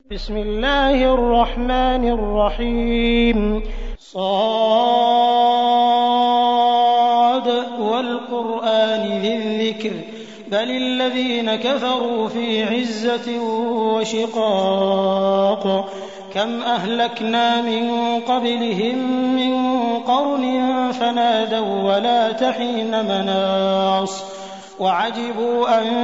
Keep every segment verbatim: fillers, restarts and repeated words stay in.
بسم الله الرحمن الرحيم صاد والقرآن ذي الذكر بل الذين كفروا في عزة وشقاق كم أهلكنا من قبلهم من قرن فنادوا ولا تحين مناص وعجبوا أن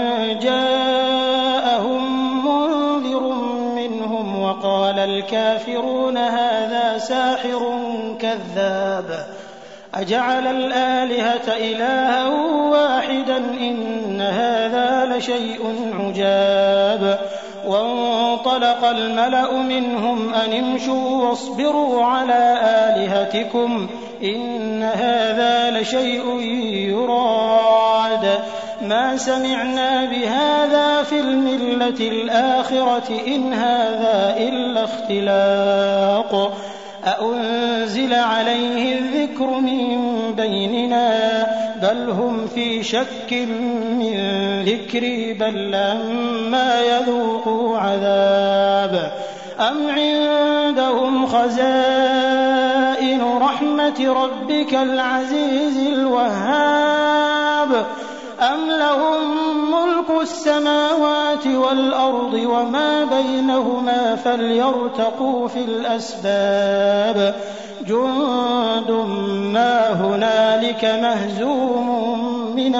جاءهم منذر منهم وقال الكافرون هذا ساحر كذاب أجعل الآلهة إلها واحدا إن هذا لشيء عجاب وانطلق الملأ منهم أن امشوا واصبروا على آلهتكم إن هذا لشيء يراد ما سمعنا بهذا في الملة الآخرة إن هذا إلا اختلاق أأنزل عليه الذكر من بيننا بل هم في شك من ذكري بل لما يذوقوا عذاب أم عندهم خزائن رحمة ربك العزيز الوهاب أم لهم ملك السماوات والأرض وما بينهما فليرتقوا في الأسباب جند ما هنالك مهزوم من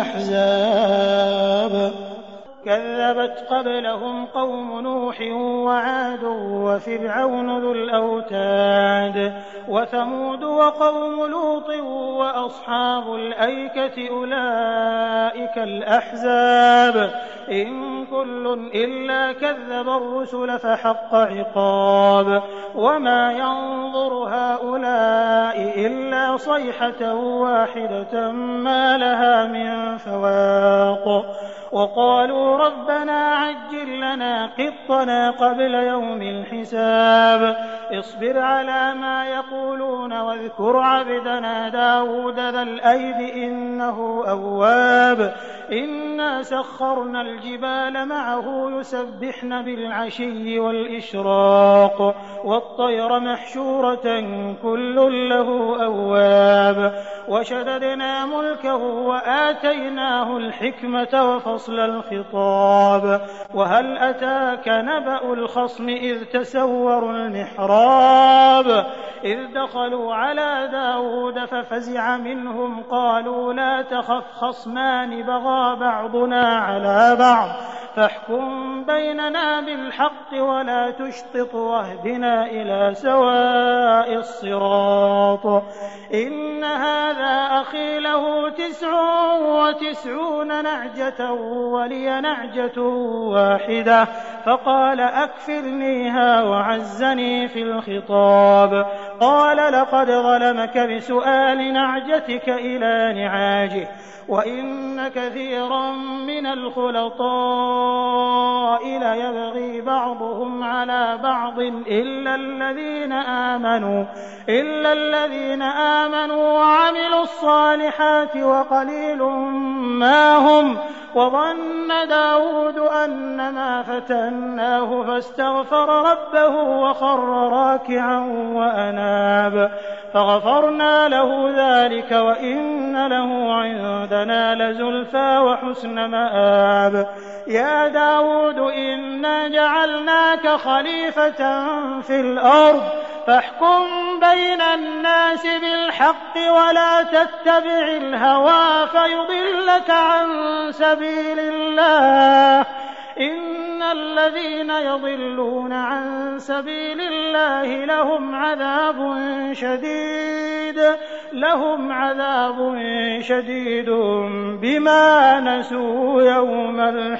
الأحزاب كذبت قبلهم قوم نوح وعاد وفرعون ذو الأوتاد وثمود وقوم لوط وأصحاب الأيكة أولئك الأحزاب إن كل إلا كذب الرسل فحق عقاب وما ينظر هؤلاء إلا صيحة واحدة ما لها من فواق وقالوا ربنا عجل لنا قطنا قبل يوم الحساب اصبر على ما يقولون واذكر عبدنا داود ذا الأيد إنه أواب إنا سخرنا الجبال معه يسبحن بالعشي والإشراق والطير محشورة كل له أواب وشددنا ملكه وآتيناه الحكمة وفصل الخطاب وهل أتاك نبأ الخصم إذ تسوروا المحراب إذ دخلوا على داود ففزع منهم قالوا لا تخف خصمان بغى بعضنا على بعض فاحكم بيننا بالحق ولا تشطط واهدنا إلى سواء الصراط إن هذا أخي له تسع وتسعون نعجة ولي نعجة واحدة فقال أكفلنيها وعزني في الخطاب قال لقد ظلمك بسؤال نعجتك إلى نعاجه وإن كثيرا من الخلطاء ليبغي بعضهم على بعض إلا الذين آمنوا إلا الذين آمنوا وعملوا الصالحات وقليل ما هم وظن داود أنما فتناه فاستغفر ربه وخر راكعا وأناب فغفرنا له ذلك وإن له عندنا لزلفى وحسن مآب يا داود إنا جعلناك خليفة في الأرض فاحكم بين الناس بالحق ولا تتبع الهوى فيضلك عن سبيل الله إن الذين يضلون عن سبيل الله لهم عذاب شديد لهم عذاب شديد بما نسوا يوم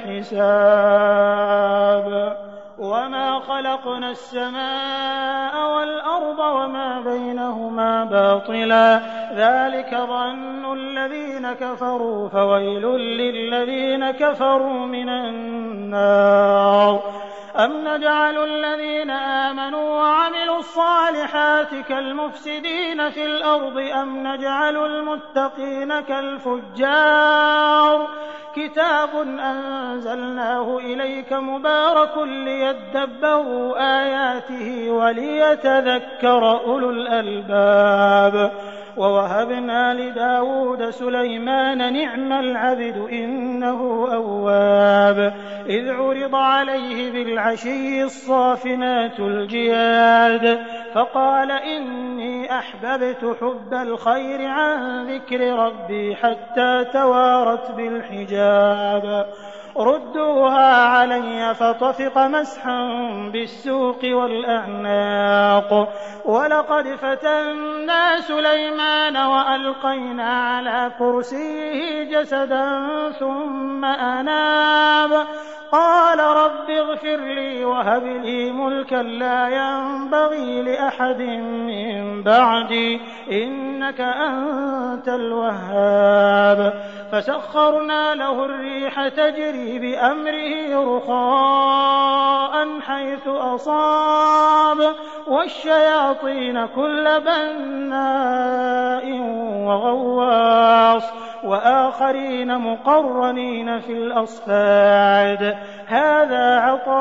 الحساب وما خلقنا السماء والأرض وما بينهما باطلا ذلك ظن الذين كفروا فويل للذين كفروا من النار أم نجعل الذين آمنوا وعملوا الصالحات كالمفسدين في الأرض أم نجعل المتقين كالفجار كتاب أنزلناه إليك مبارك ليدبروا آياته وليتذكر أولو الألباب. ووهبنا لداود سليمان نعم العبد إنه أواب إذ عرض عليه بالعشي الصافنات الجياد فقال إني أحببت حب الخير عن ذكر ربي حتى توارت بالحجاب ردوها علي فطفق مسحا بالسوق والأعناق ولقد فتنا سليمان وألقينا على كرسيه جسدا ثم أناب قال رب اغفر لي وهب لي ملكا لا ينبغي لأحد من بعدي إنك أنت الوهاب فسخرنا له الريح تجري بأمره رخاء حيث أصاب والشياطين كل بناء وغواص وآخرين مقرنين في الأصفاد هذا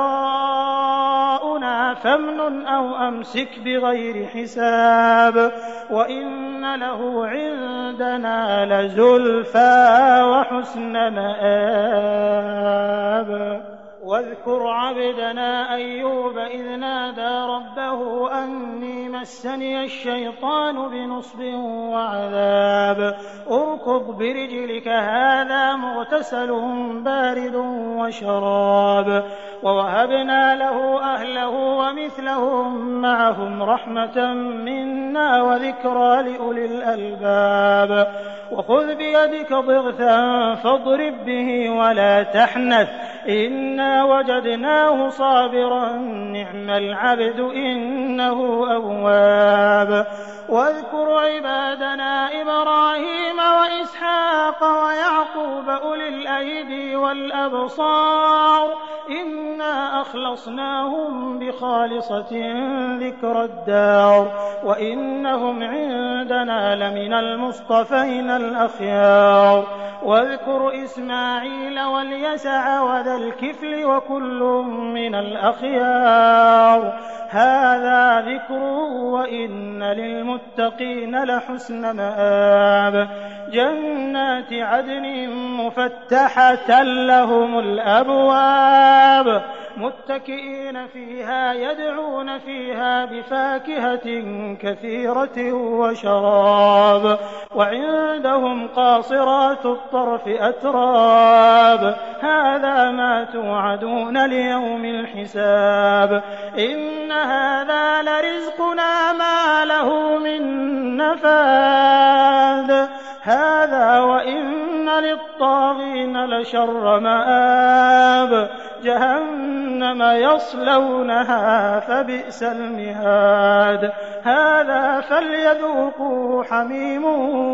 عطاؤنا فامنن أو أمسك بغير حساب وإن له عندنا لزلفى وحسن مآب واذكر عبدنا أيوب إذ نادى ربه أني مسني الشيطان بنصب وعذاب اركض برجلك هذا مغتسل بارد وشراب ووهبنا له أهله ومثلهم معهم رحمة منا وذكرى لأولي الألباب وخذ بيدك ضغثا فاضرب به ولا تحنث إنا وجدناه صابرا نعم العبد إنه أواب واذكر عبادنا إبراهيم وإسحاق ويعقوب أولي الأيدي والأبصار إنا أخلصناهم بخالصة ذكر الدار وإنهم عندنا لمن المصطفين الأخيار واذكر إسماعيل واليسع وذا الكفل وكل من الأخيار هذا ذكر وإن للمتقين لحسن مآب جنات عدن مفتحة لهم الأبواب متكئين فيها يدعون فيها بفاكهة كثيرة وشراب وعندهم قاصرات الطرف أتراب هذا ما توعدون ليوم الحساب إن هذا لرزقنا ما له من نفاد هذا وإن للطاغين لشر مآب جهنم يصلونها فبئس المهاد هذا فليذوقوا حميم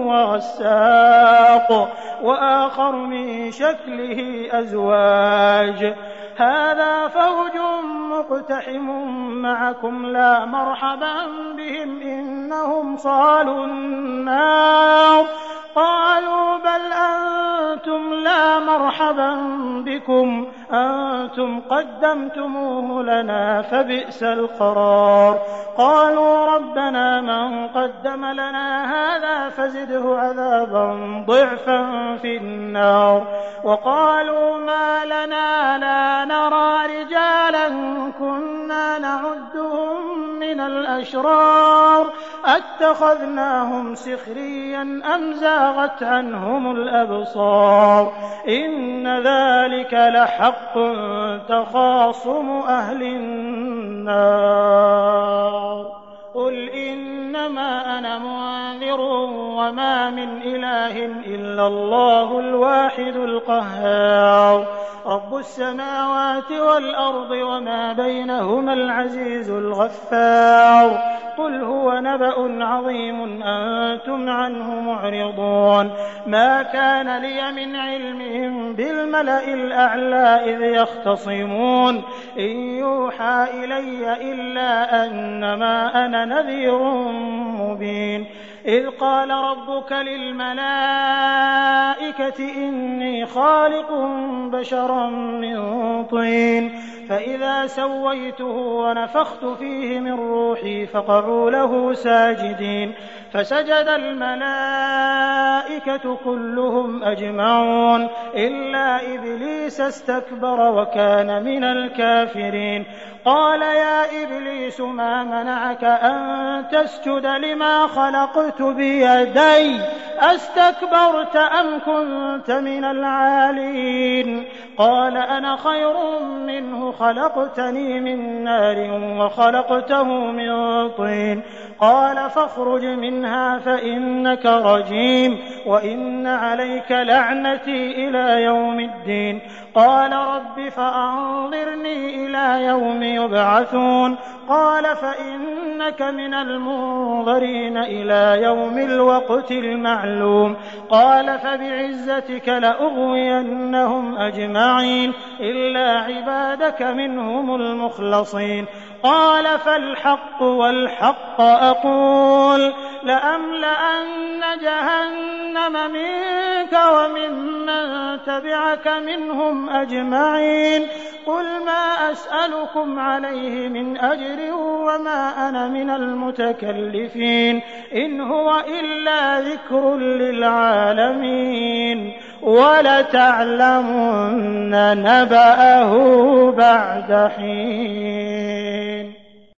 وغساق وآخر من شكله أزواج هذا فوج مقتحم معكم لا مرحبا بهم إنهم صالوا النار قالوا بل أنتم لا مرحبا بكم أنتم قدمتموه لنا فبئس القرار قالوا ربنا من قدم لنا هذا فزده عذابا ضعفا في النار وقالوا ما لنا لا نرى رجالا كنا نعدهم من الأشرار أتخذناهم سخريا أم زاغت عنهم الأبصار إن ذلك لحق تخاصم أهل النار قل إنما أنا منذر وما من إله إلا الله الواحد القهار رب السماوات والأرض وما بينهما العزيز الغفار قل هو نبأ عظيم أنتم عنه معرضون ما كان لي من علمهم بالملأ الأعلى إذ يختصمون إن يوحى إلي إلا أنما أنا نذير مبين إذ قال ربك للملائكة إني خالق بشرا من طين فإذا سويته ونفخت فيه من روحي فقعوا له ساجدين فسجد الملائكة كلهم أجمعون إلا إبليس استكبر وكان من الكافرين قال يا إبليس ما منعك أن تسجد لما خلقت بيدي أستكبرت أم كنت من العالين قال أنا خير منه خلقتني من نار وخلقته من طين قال فاخرج منها فإنك رجيم وإن عليك لعنتي إلى يوم الدين قال رب فأنظرني إلى يوم يبعثون قال فإنك من المنظرين إلى يوم الوقت المعلوم قال فبعزتك لأغوينهم أجمعين إلا عبادك منهم المخلصين قال فالحق والحق أقول لأملأن جهنم منك وممن تبعك منهم أجمعين قل ما أسألكم عليه من أجر وما أنا من المتكلفين إن هو إلا ذكر للعالمين ولتعلمن نبأه بعد حين.